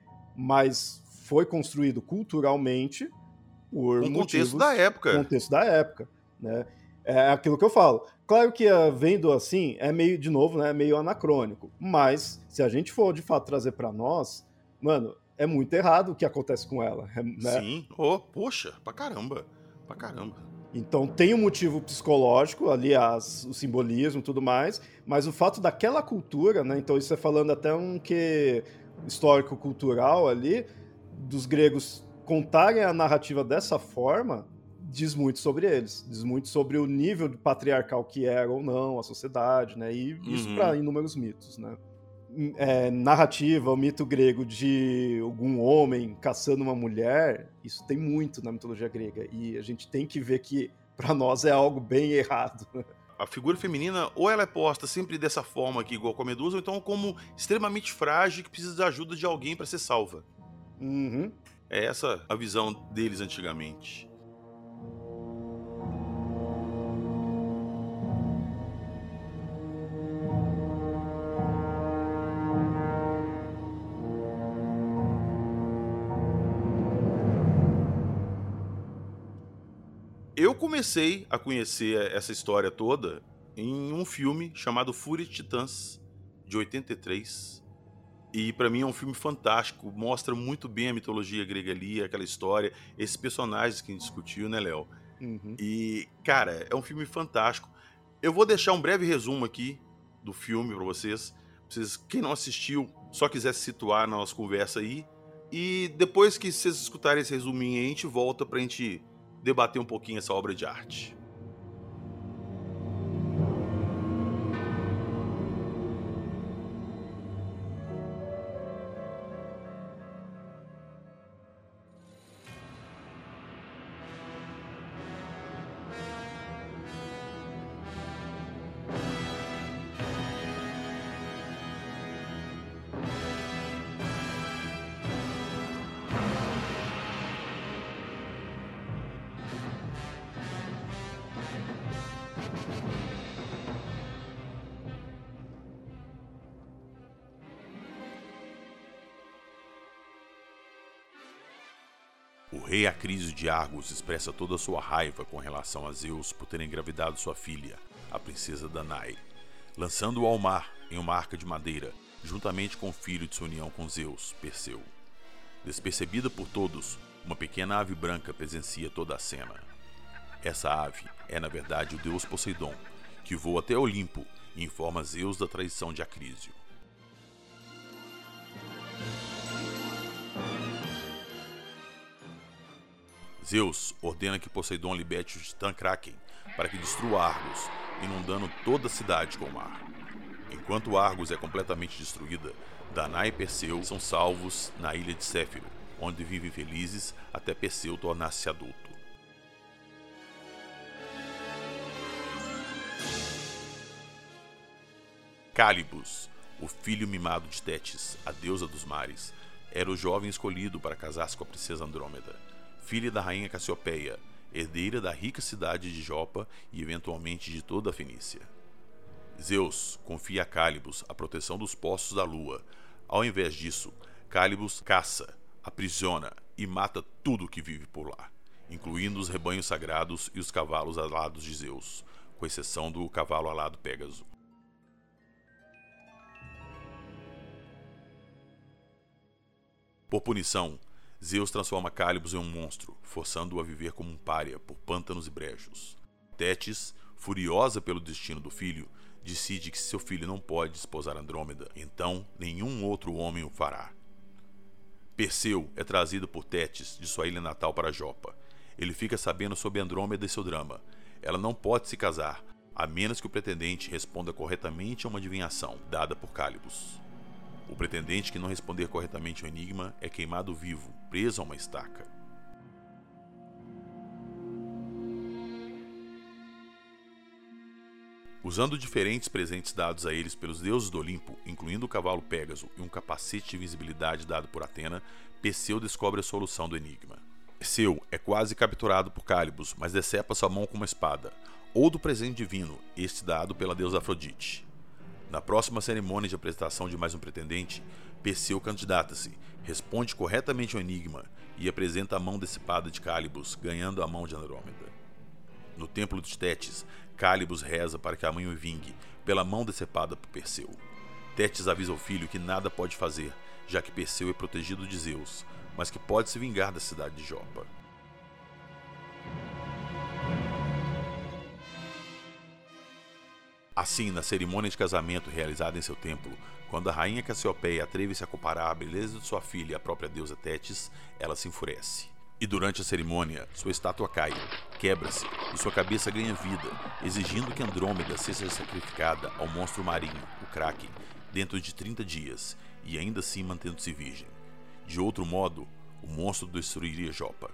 mas foi construído culturalmente por Um contexto motivos, da época. contexto da época, né? É aquilo que eu falo. Claro que vendo assim é meio, de novo, né, meio anacrônico, mas se a gente for de fato trazer para nós, mano, é muito errado o que acontece com ela, né? Sim. Oh, poxa, pra caramba. Pra caramba. Então tem um motivo psicológico ali, as, o simbolismo e tudo mais, mas o fato daquela cultura, né? Então isso é falando até um que histórico-cultural ali, dos gregos contarem a narrativa dessa forma, diz muito sobre eles, diz muito sobre o nível de patriarcal que era ou não a sociedade, né? E isso Uhum. para inúmeros mitos, né? é, narrativa, o mito grego de algum homem caçando uma mulher, isso tem muito na mitologia grega. E a gente tem que ver que, para nós, é algo bem errado. A figura feminina, ou ela é posta sempre dessa forma aqui, igual com a Medusa, ou então como extremamente frágil que precisa da ajuda de alguém para ser salva. Uhum. É essa a visão deles antigamente. Eu comecei a conhecer essa história toda em um filme chamado Fúria de Titãs, de oitenta e três. E pra mim é um filme fantástico, mostra muito bem a mitologia grega ali, aquela história, esses personagens que a gente discutiu, né, Léo? Uhum. E, cara, é um filme fantástico. Eu vou deixar um breve resumo aqui do filme pra vocês. vocês quem não assistiu, só quiser se situar na nossa conversa aí. E depois que vocês escutarem esse resuminho aí, a gente volta pra gente debater um pouquinho essa obra de arte. O rei Acrísio de Argos expressa toda a sua raiva com relação a Zeus por ter engravidado sua filha, a princesa Danae, lançando-o ao mar em uma arca de madeira, juntamente com o filho de sua união com Zeus, Perseu. Despercebida por todos, uma pequena ave branca presencia toda a cena. Essa ave é, na verdade, o deus Poseidon, que voa até Olimpo e informa Zeus da traição de Acrísio. Zeus ordena que Poseidon liberte o titã Kraken para que destrua Argos, inundando toda a cidade com o mar. Enquanto Argos é completamente destruída, Danae e Perseu são salvos na ilha de Céfiro, onde vivem felizes até Perseu tornar-se adulto. Cálibos, o filho mimado de Tétis, a deusa dos mares, era o jovem escolhido para casar-se com a princesa Andrômeda, filha da rainha Cassiopeia, herdeira da rica cidade de Jopa e eventualmente de toda a Fenícia. Zeus confia a Cálibos a proteção dos poços da lua. Ao invés disso, Cálibos caça, aprisiona e mata tudo que vive por lá, incluindo os rebanhos sagrados e os cavalos alados de Zeus, com exceção do cavalo alado Pégaso. Por punição, Zeus transforma Cálibos em um monstro, forçando-o a viver como um pária por pântanos e brejos. Tétis, furiosa pelo destino do filho, decide que se seu filho não pode desposar Andrômeda, então nenhum outro homem o fará. Perseu é trazido por Tétis de sua ilha natal para Jopa. Ele fica sabendo sobre Andrômeda e seu drama. Ela não pode se casar, a menos que o pretendente responda corretamente a uma adivinhação dada por Cálibos. O pretendente que não responder corretamente ao enigma é queimado vivo, preso a uma estaca. Usando diferentes presentes dados a eles pelos deuses do Olimpo, incluindo o cavalo Pégaso e um capacete de invisibilidade dado por Atena, Perseu descobre a solução do enigma. Perseu é quase capturado por Cálibos, mas decepa sua mão com uma espada, ou do presente divino, este dado pela deusa Afrodite. Na próxima cerimônia de apresentação de mais um pretendente, Perseu candidata-se, responde corretamente ao enigma e apresenta a mão decepada de Cálibos, ganhando a mão de Andrômeda. No templo de Tétis, Cálibos reza para que a mãe o vingue pela mão decepada por Perseu. Tétis avisa ao filho que nada pode fazer, já que Perseu é protegido de Zeus, mas que pode se vingar da cidade de Jopa. Assim, na cerimônia de casamento realizada em seu templo, quando a rainha Cassiopeia atreve-se a comparar a beleza de sua filha à própria deusa Tétis, ela se enfurece. E durante a cerimônia, sua estátua cai, quebra-se e sua cabeça ganha vida, exigindo que Andrômeda seja sacrificada ao monstro marinho, o Kraken, dentro de trinta dias, e ainda assim mantendo-se virgem. De outro modo, o monstro destruiria Joppa.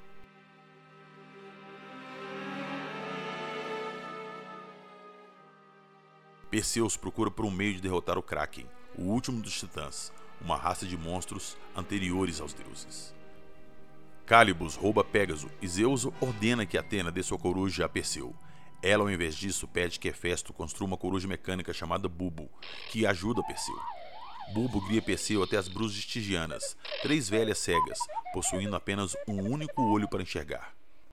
Perseus procura por um meio de derrotar o Kraken, o último dos titãs, uma raça de monstros anteriores aos deuses. Cálibos rouba Pégaso e Zeus ordena que Atena dê sua coruja a Perseu. Ela, ao invés disso, pede que Hefesto construa uma coruja mecânica chamada Bubo, que ajuda Perseu. Bubo guia Perseu até as brusas estigianas, três velhas cegas, possuindo apenas um único olho para enxergar.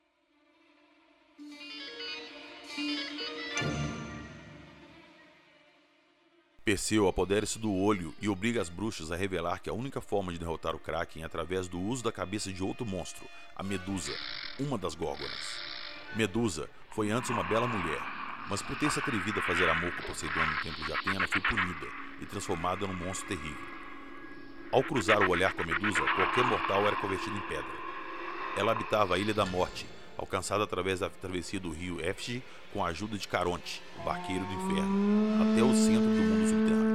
Perseu apodera-se do olho e obriga as bruxas a revelar que a única forma de derrotar o Kraken é através do uso da cabeça de outro monstro, a Medusa, uma das Górgonas. Medusa foi antes uma bela mulher, mas por ter se atrevido a fazer amor com Poseidon no templo de Atena, foi punida e transformada num monstro terrível. Ao cruzar o olhar com a Medusa, qualquer mortal era convertido em pedra. Ela habitava a Ilha da Morte, alcançada através da travessia do rio Éfige com a ajuda de Caronte, o barqueiro do inferno, até o centro do mundo subterrâneo.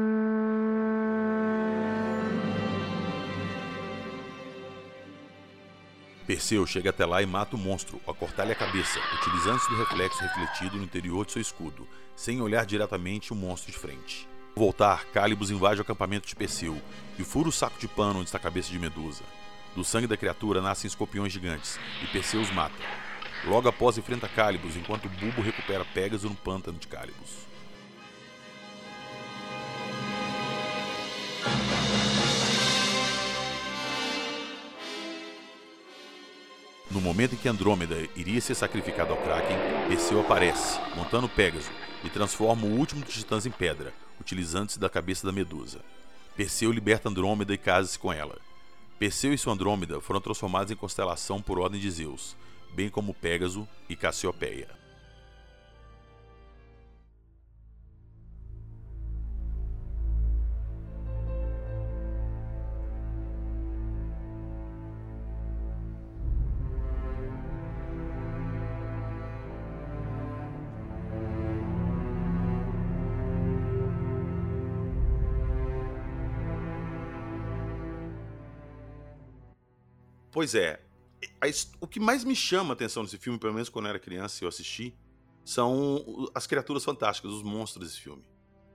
Perseu chega até lá e mata o monstro ao cortar-lhe a cabeça, utilizando-se do reflexo refletido no interior de seu escudo, sem olhar diretamente o monstro de frente. Ao voltar, Cálibos invade o acampamento de Perseu e fura o saco de pano onde está a cabeça de Medusa. Do sangue da criatura nascem escorpiões gigantes, e Perseu os mata. Logo após enfrenta Cálibos, enquanto Bubo recupera Pégaso no pântano de Cálibos. No momento em que Andrômeda iria ser sacrificada ao Kraken, Perseu aparece, montando Pégaso, e transforma o último dos titãs em pedra, utilizando-se da cabeça da Medusa. Perseu liberta Andrômeda e casa-se com ela. Perseu e sua Andrômeda foram transformados em constelação por ordem de Zeus, bem como Pégaso e Cassiopeia. Pois é, a his- o que mais me chama a atenção nesse filme, pelo menos quando eu era criança e eu assisti, são o- as criaturas fantásticas, os monstros desse filme.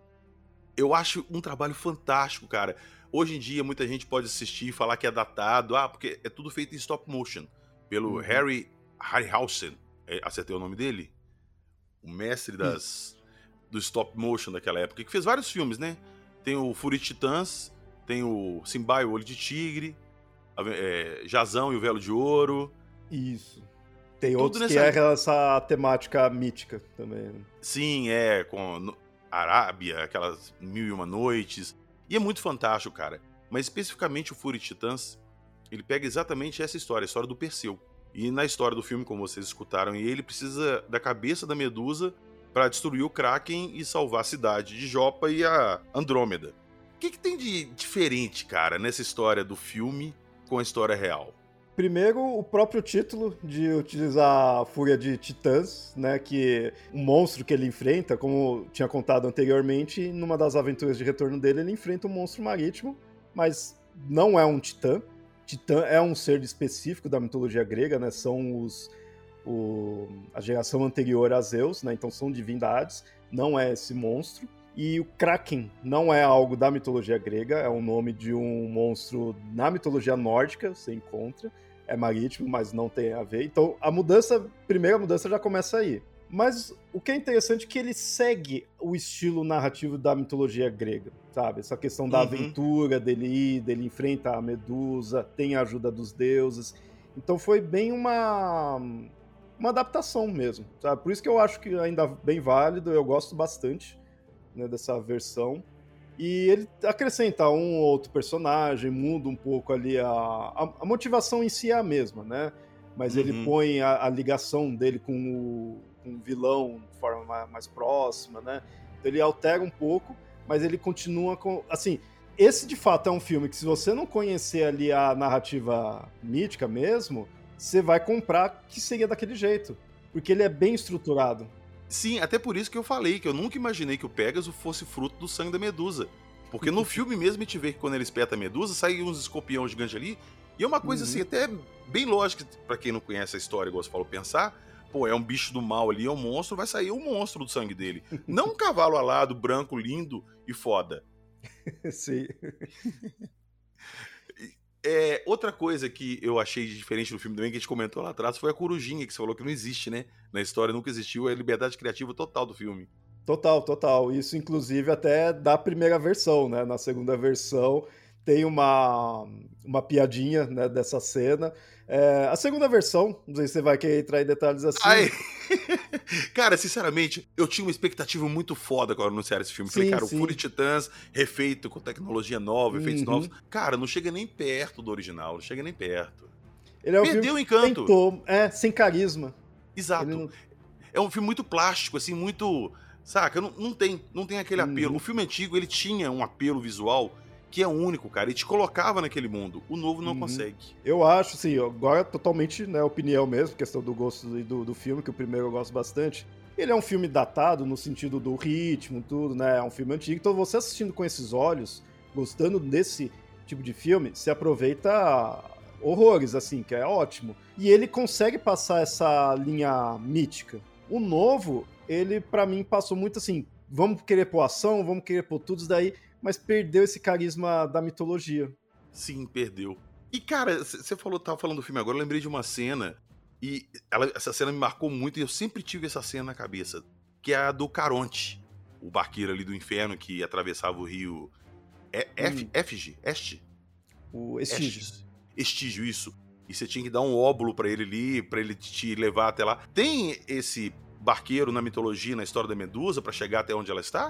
Eu acho um trabalho fantástico, cara. Hoje em dia, muita gente pode assistir e falar que é datado, ah, porque é tudo feito em stop motion, pelo Uhum. Harry Harryhausen, é, acertei o nome dele? O mestre das, Isso. do stop motion daquela época, que fez vários filmes, né? Tem o Fúria de Titãs, tem o Simba e o Olho de Tigre, a- é, Jazão e o Velo de Ouro. Isso. Tem Tudo outros que nessa- é essa temática mítica também, né? Sim, é, com no- Arábia, aquelas Mil e Uma Noites. E é muito fantástico, cara. Mas especificamente o Fúria de Titãs, ele pega exatamente essa história, a história do Perseu. E na história do filme, como vocês escutaram, ele precisa da cabeça da Medusa para destruir o Kraken e salvar a cidade de Joppa e a Andrômeda. O que, que tem de diferente, cara, nessa história do filme com a história real? Primeiro, o próprio título de utilizar a Fúria de Titãs, né? Que um monstro que ele enfrenta, como tinha contado anteriormente, numa das aventuras de retorno dele, ele enfrenta um monstro marítimo, mas não é um titã. Titã é um ser específico da mitologia grega, né? São os o- a geração anterior a Zeus, né? Então são divindades, não é esse monstro. E o Kraken não é algo da mitologia grega, é o nome de um monstro na mitologia nórdica, você encontra. É marítimo, mas não tem a ver. Então a mudança, a primeira mudança já começa aí. Mas o que é interessante é que ele segue o estilo narrativo da mitologia grega, sabe? Essa questão da Uhum. aventura dele ir, dele enfrenta a Medusa, tem a ajuda dos deuses. Então foi bem uma, uma adaptação mesmo, sabe? Por isso que eu acho que ainda bem válido, eu gosto bastante, né, dessa versão. E ele acrescenta um ou outro personagem, muda um pouco ali a, a, a motivação em si é a mesma, né? Mas ele Uhum. põe a, a ligação dele com o, com o vilão de forma mais, mais próxima, né? Então ele altera um pouco, mas ele continua com... Assim, esse de fato é um filme que se você não conhecer ali a narrativa mítica mesmo, você vai comprar que seria daquele jeito. Porque ele é bem estruturado. Sim, até por isso que eu falei que eu nunca imaginei que o Pégaso fosse fruto do sangue da Medusa. Porque no filme mesmo a gente vê que quando ele espeta a Medusa, sai uns escorpião gigantes ali, e é uma coisa Uhum. assim, até bem lógica, pra quem não conhece a história, igual você falou, pensar, pô, é um bicho do mal ali, é um monstro, vai sair um monstro do sangue dele. Não um cavalo alado, branco, lindo e foda. Sim. É, outra coisa que eu achei diferente do filme também, que a gente comentou lá atrás, foi a corujinha, que você falou que não existe, né? Na história nunca existiu, é a liberdade criativa total do filme. Total, total. Isso, inclusive, até da primeira versão, né? Na segunda versão tem uma, uma piadinha, né, dessa cena. É, a segunda versão, não sei se você vai querer entrar em detalhes assim. Ai, cara, sinceramente, eu tinha uma expectativa muito foda quando anunciaram esse filme. Falei, Sim, cara, o Fúria sim. de Titãs refeito com tecnologia nova, efeitos novos. Uhum. Cara, não chega nem perto do original, não chega nem perto. Ele é um filme Perdeu o que encanto. tentou, é, sem carisma. Ele Exato. não... É um filme muito plástico, assim, muito. Saca? Não, não tem, não tem aquele apelo. O Uhum, filme antigo, ele tinha um apelo visual que é único, cara, e te colocava naquele mundo. O novo não uhum. consegue. Eu acho, assim, agora totalmente, né, opinião mesmo, questão do gosto do, do filme, que o primeiro eu gosto bastante. Ele é um filme datado no sentido do ritmo, tudo, né? É um filme antigo. Então você assistindo com esses olhos, gostando desse tipo de filme, se aproveita horrores, assim, que é ótimo. E ele consegue passar essa linha mítica. O novo, ele pra mim passou muito assim, vamos querer pôr ação, vamos querer pôr tudo isso daí, mas perdeu esse carisma da mitologia. Sim, perdeu. E, cara, você falou, tava falando do filme agora, eu lembrei de uma cena, e ela- essa cena me marcou muito, e eu sempre tive essa cena na cabeça, que é a do Caronte, o barqueiro ali do inferno que atravessava o rio é, F, Hum, Éfige? Este? o Estígio. Estes? Estígio, isso. E você tinha que dar um óbulo pra ele ali, pra ele te levar até lá. Tem esse barqueiro na mitologia, na história da Medusa, pra chegar até onde ela está?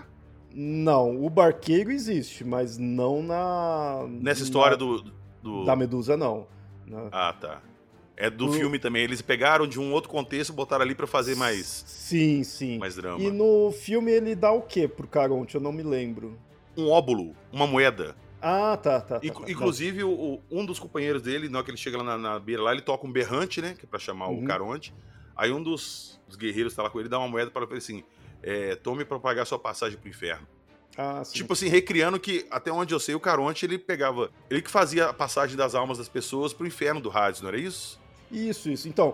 Não, o barqueiro existe, mas não na, Nessa história na do. da do... Medusa, não. Né? Ah, tá. É do O- filme também. Eles pegaram de um outro contexto e botaram ali pra fazer mais, Sim, sim. mais E drama. no filme ele dá o quê pro Caronte? Eu não me lembro. Um óbulo, uma moeda. Ah, tá, tá, tá, Inclu- tá. Não. Inclusive, o, o- um dos companheiros dele, na hora que ele chega lá na, na beira lá, ele toca um berrante, né? Que é pra chamar o Uhum. Caronte. Aí um dos, dos guerreiros que tá lá com ele dá uma moeda para ele assim: é, tome pra pagar sua passagem pro inferno. Ah, sim. Tipo assim, recriando que, até onde eu sei, o Caronte ele pegava. Ele que fazia a passagem das almas das pessoas pro inferno do Hades, não era isso? Isso, isso. Então,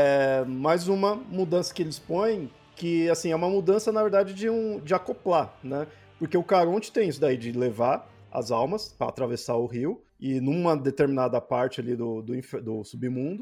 é mais uma mudança que eles põem, que assim, é uma mudança, na verdade, de um de acoplar, né? Porque o Caronte tem isso daí de levar as almas para atravessar o rio, e numa determinada parte ali do, do, infer- do submundo.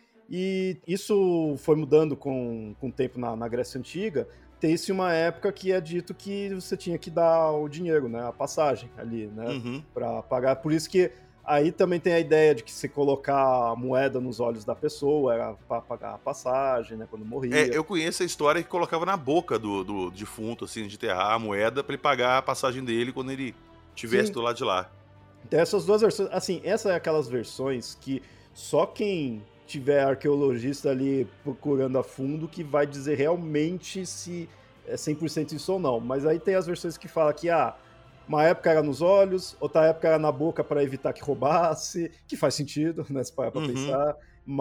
E isso foi mudando com, com o tempo na, na Grécia Antiga. Tem-se uma época que é dito que você tinha que dar o dinheiro, né? A passagem ali, né? Uhum. Para pagar. Por isso que aí também tem a ideia de que se colocar a moeda nos olhos da pessoa era para pagar a passagem, né? Quando morria. É, eu conheço a história que colocava na boca do, do defunto, assim, de enterrar a moeda pra ele pagar a passagem dele quando ele estivesse Sim, do lado de lá. tem essas duas versões. Assim, essa é aquelas versões que só quem tiver arqueologista ali procurando a fundo que vai dizer realmente se é cem por cento isso ou não. Mas aí tem as versões que falam que, ah, uma época era nos olhos, outra época era na boca para evitar que roubasse, que faz sentido, né, se parar pra Uhum. pensar.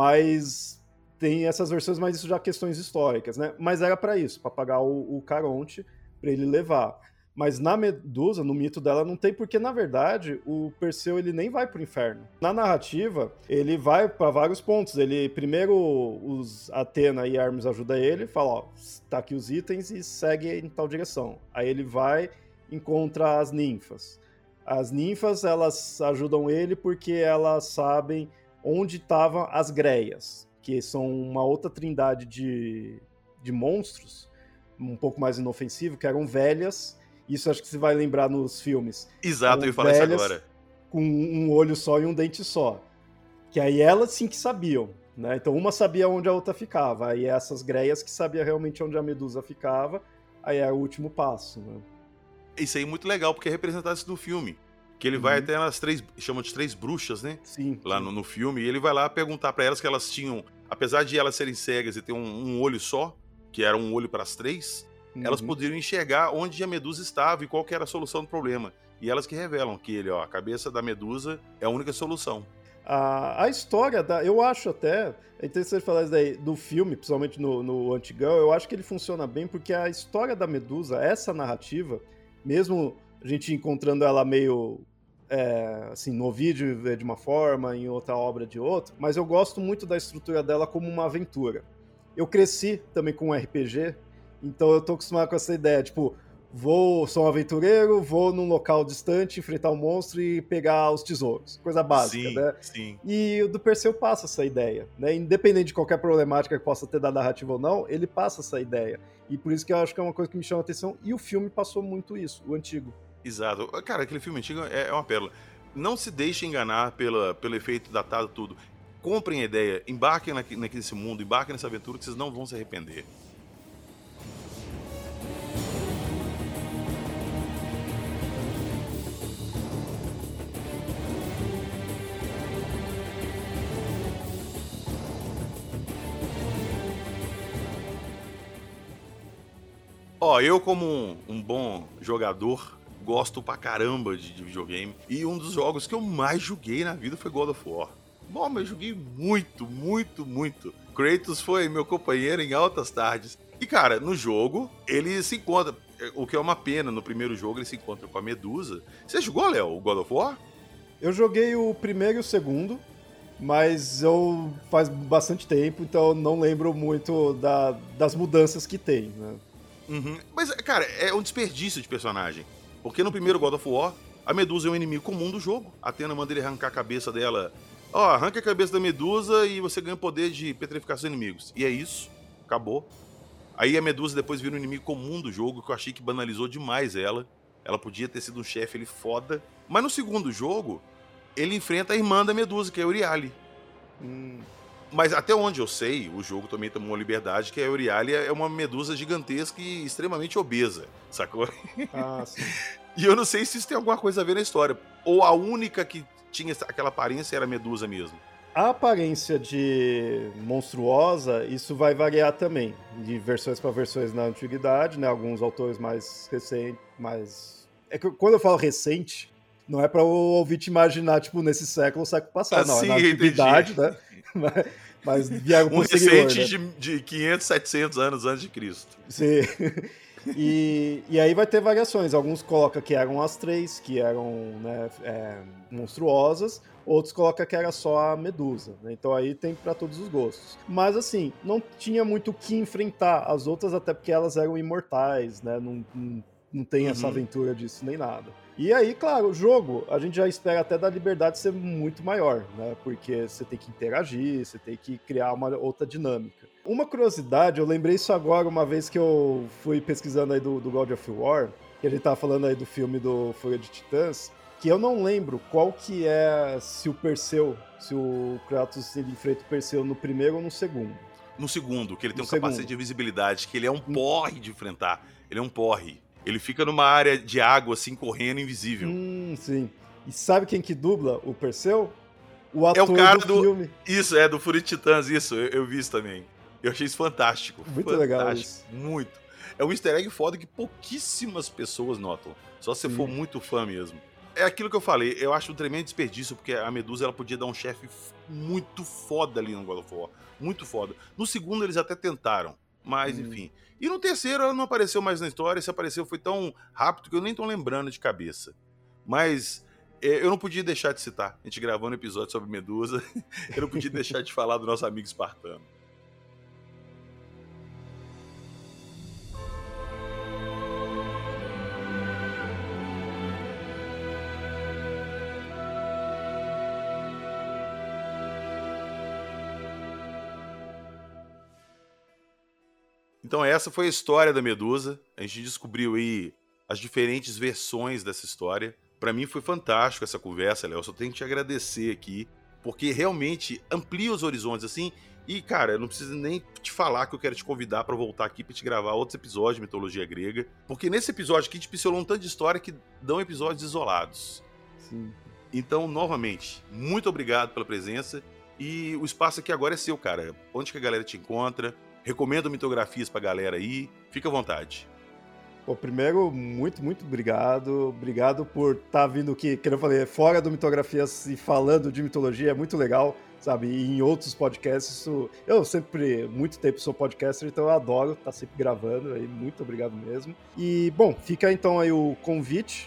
Mas tem essas versões, mas isso já questões históricas, né? Mas era para isso, para pagar o, o Caronte para ele levar. Mas na Medusa, no mito dela, não tem, porque na verdade o Perseu ele nem vai pro inferno. Na narrativa, ele vai para vários pontos. Ele primeiro os Atena e Hermes ajudam ele, fala, ó, tá aqui os itens e segue em tal direção. Aí ele vai, encontra as ninfas. As ninfas, elas ajudam ele porque elas sabem onde estavam as greias, que são uma outra trindade de, de monstros, um pouco mais inofensivo, que eram velhas. Isso acho que você vai lembrar nos filmes. Exato, eu Eram ia falar isso velhas agora. com um olho só e um dente só. Que aí elas sim que sabiam, né? Então uma sabia onde a outra ficava. Aí essas greias que sabiam realmente onde a Medusa ficava. Aí é o último passo, né? Isso aí é muito legal, porque é representado isso no filme. Que ele vai Uhum. até nas três, chamam de três bruxas, né? Sim, Lá sim. no, no filme, e ele vai lá perguntar pra elas que elas tinham, apesar de elas serem cegas e ter um, um olho só, que era um olho para as três, elas Uhum. poderiam enxergar onde a Medusa estava e qual que era a solução do problema. E elas que revelam que ele, ó, a cabeça da Medusa é a única solução. A, a história da. Eu acho até. É interessante falar isso daí do filme, principalmente no, no antigão. Eu acho que ele funciona bem porque a história da Medusa, essa narrativa, mesmo a gente encontrando ela meio... É, assim, no vídeo é de uma forma, em outra obra de outra, mas eu gosto muito da estrutura dela como uma aventura. Eu cresci também com um R P G, então eu tô acostumado com essa ideia, tipo, vou, sou um aventureiro, vou num local distante, enfrentar um monstro e pegar os tesouros, coisa básica, Sim, né? sim. E o do Perseu passa essa ideia, né? Independente de qualquer problemática que possa ter da narrativa ou não, ele passa essa ideia. E por isso que eu acho que é uma coisa que me chama a atenção, e o filme passou muito isso, o antigo. Exato. Cara, aquele filme antigo é, é uma pérola. Não se deixe enganar pela, pelo efeito datado, tudo. Comprem a ideia, embarquem naque- nesse mundo, embarquem nessa aventura que vocês não vão se arrepender. Ó, eu como um, um bom jogador, gosto pra caramba de, de videogame. E um dos jogos que eu mais joguei na vida foi God of War. Bom, mas eu joguei muito, muito, muito. Kratos foi meu companheiro em altas tardes. E, cara, no jogo, ele se encontra... O que é uma pena, no primeiro jogo ele se encontra com a Medusa. Você jogou, Léo, o God of War? Eu joguei o primeiro e o segundo, mas eu faz bastante tempo, então eu não lembro muito da, das mudanças que tem, né? Uhum. Mas, cara, é um desperdício de personagem. Porque no primeiro God of War, a Medusa é um inimigo comum do jogo. A Athena manda ele arrancar a cabeça dela. Ó, arranca a cabeça da Medusa e você ganha o poder de petrificação de inimigos. E é isso. Acabou. Aí a Medusa depois vira um inimigo comum do jogo, que eu achei que banalizou demais ela. Ela podia ter sido um chefe ele foda. Mas no segundo jogo, ele enfrenta a irmã da Medusa, que é a Euryale. Hum. Mas até onde eu sei, o jogo também tomou uma liberdade, que a Euryale é uma medusa gigantesca e extremamente obesa, sacou? Ah, sim. E eu não sei se isso tem alguma coisa a ver na história. Ou a única que tinha aquela aparência era a Medusa mesmo. A aparência de monstruosa, isso vai variar também, de versões para versões na antiguidade, né? Alguns autores mais recentes, mais... É que quando eu falo recente, não é para o ouvinte imaginar, tipo, nesse século ou século passado, Ah, não, sim, é na antiguidade, entendi. né? Mas, mas vieram Um posterior, recente né? de, de quinhentos, setecentos anos antes de Cristo. Sim. E, e aí vai ter variações. Alguns colocam que eram as três, que eram, né, é, monstruosas. Outros colocam que era só a Medusa. Né? Então aí tem para todos os gostos. Mas assim, não tinha muito o que enfrentar as outras, até porque elas eram imortais, né? Não, não, não tem essa Uhum. aventura disso nem nada. E aí, claro, o jogo, a gente já espera até da liberdade ser muito maior, né? Porque você tem que interagir, você tem que criar uma outra dinâmica. Uma curiosidade, eu lembrei isso agora uma vez que eu fui pesquisando aí do, do God of War, que a gente tava falando aí do filme do Fúria de Titãs, que eu não lembro qual que é, se o Perseu, se o Kratos ele enfrenta o Perseu no primeiro ou no segundo. No segundo, que ele tem No um capacete segundo. de visibilidade, que ele é um porre de enfrentar. Ele é um porre. Ele fica numa área de água, assim, correndo invisível. Hum, sim. E sabe quem que dubla o Perseu? O É o ator cara do do... filme. Isso, é, do Fúria de Titãs, isso, eu, eu vi isso também. Eu achei isso fantástico. Muito fantástico, legal isso. Muito. É um easter egg foda que pouquíssimas pessoas notam. Só se você Sim. for muito fã mesmo. É aquilo que eu falei, eu acho um tremendo desperdício, porque a Medusa ela podia dar um chefe muito foda ali no God of War. Muito foda. No segundo eles até tentaram, mas Hum. enfim. E no terceiro ela não apareceu mais na história, se apareceu foi tão rápido que eu nem tô lembrando de cabeça. Mas é, eu não podia deixar de citar, a gente gravando um episódio sobre Medusa, eu não podia deixar de falar do nosso amigo espartano. Então essa foi a história da Medusa. A gente descobriu aí as diferentes versões dessa história. Pra mim foi fantástico essa conversa, Léo. Eu só tenho que te agradecer aqui, porque realmente amplia os horizontes assim. E, cara, eu não preciso nem te falar que eu quero te convidar pra voltar aqui pra te gravar outros episódios de mitologia grega. Porque nesse episódio aqui a gente pincelou um tanto de história que dão episódios isolados. Sim. Então, novamente, muito obrigado pela presença. E o espaço aqui agora é seu, cara. Onde que a galera te encontra? Recomendo mitografias pra galera aí. Fica à vontade. Bom, primeiro, muito, muito obrigado. Obrigado por estar vindo aqui, que eu falei, fora do Mitografias e falando de mitologia, é muito legal, sabe? E em outros podcasts, isso... eu sempre, muito tempo sou podcaster, então eu adoro estar sempre gravando, aí muito obrigado mesmo. E, bom, fica então aí o convite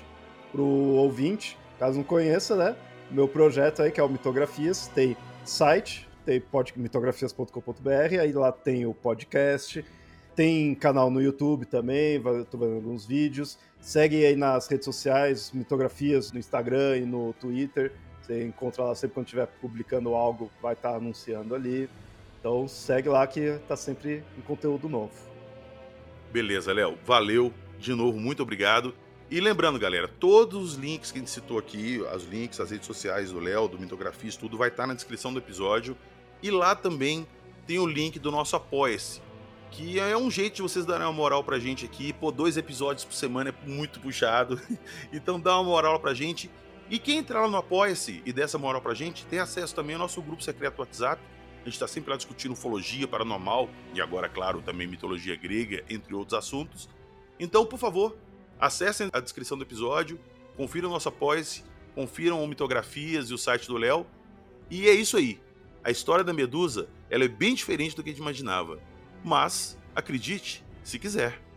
pro ouvinte, caso não conheça, né? Meu projeto aí, que é o Mitografias, tem site, tem mitografias ponto com ponto b r, aí lá tem o podcast, tem canal no YouTube também, eu tô vendo alguns vídeos. Segue aí nas redes sociais, Mitografias, no Instagram e no Twitter. Você encontra lá sempre quando estiver publicando algo, vai estar anunciando ali. Então segue lá que tá sempre um conteúdo novo. Beleza, Léo. Valeu. De novo, muito obrigado. E lembrando, galera, todos os links que a gente citou aqui, os links, as redes sociais do Léo, do Mitografias, tudo vai estar na descrição do episódio. E lá também tem o link do nosso Apoia-se, que é um jeito de vocês darem uma moral pra gente aqui. Pô, dois episódios por semana é muito puxado. Então dá uma moral pra gente. E quem entrar lá no Apoia-se e der essa moral pra gente, tem acesso também ao nosso grupo secreto do WhatsApp. A gente tá sempre lá discutindo ufologia, paranormal e agora, claro, também mitologia grega, entre outros assuntos. Então, por favor, acessem a descrição do episódio, confiram o nosso Apoia-se, confiram o Mitografias e o site do Léo. E é isso aí. A história da Medusa, ela é bem diferente do que a gente imaginava. Mas, acredite, se quiser.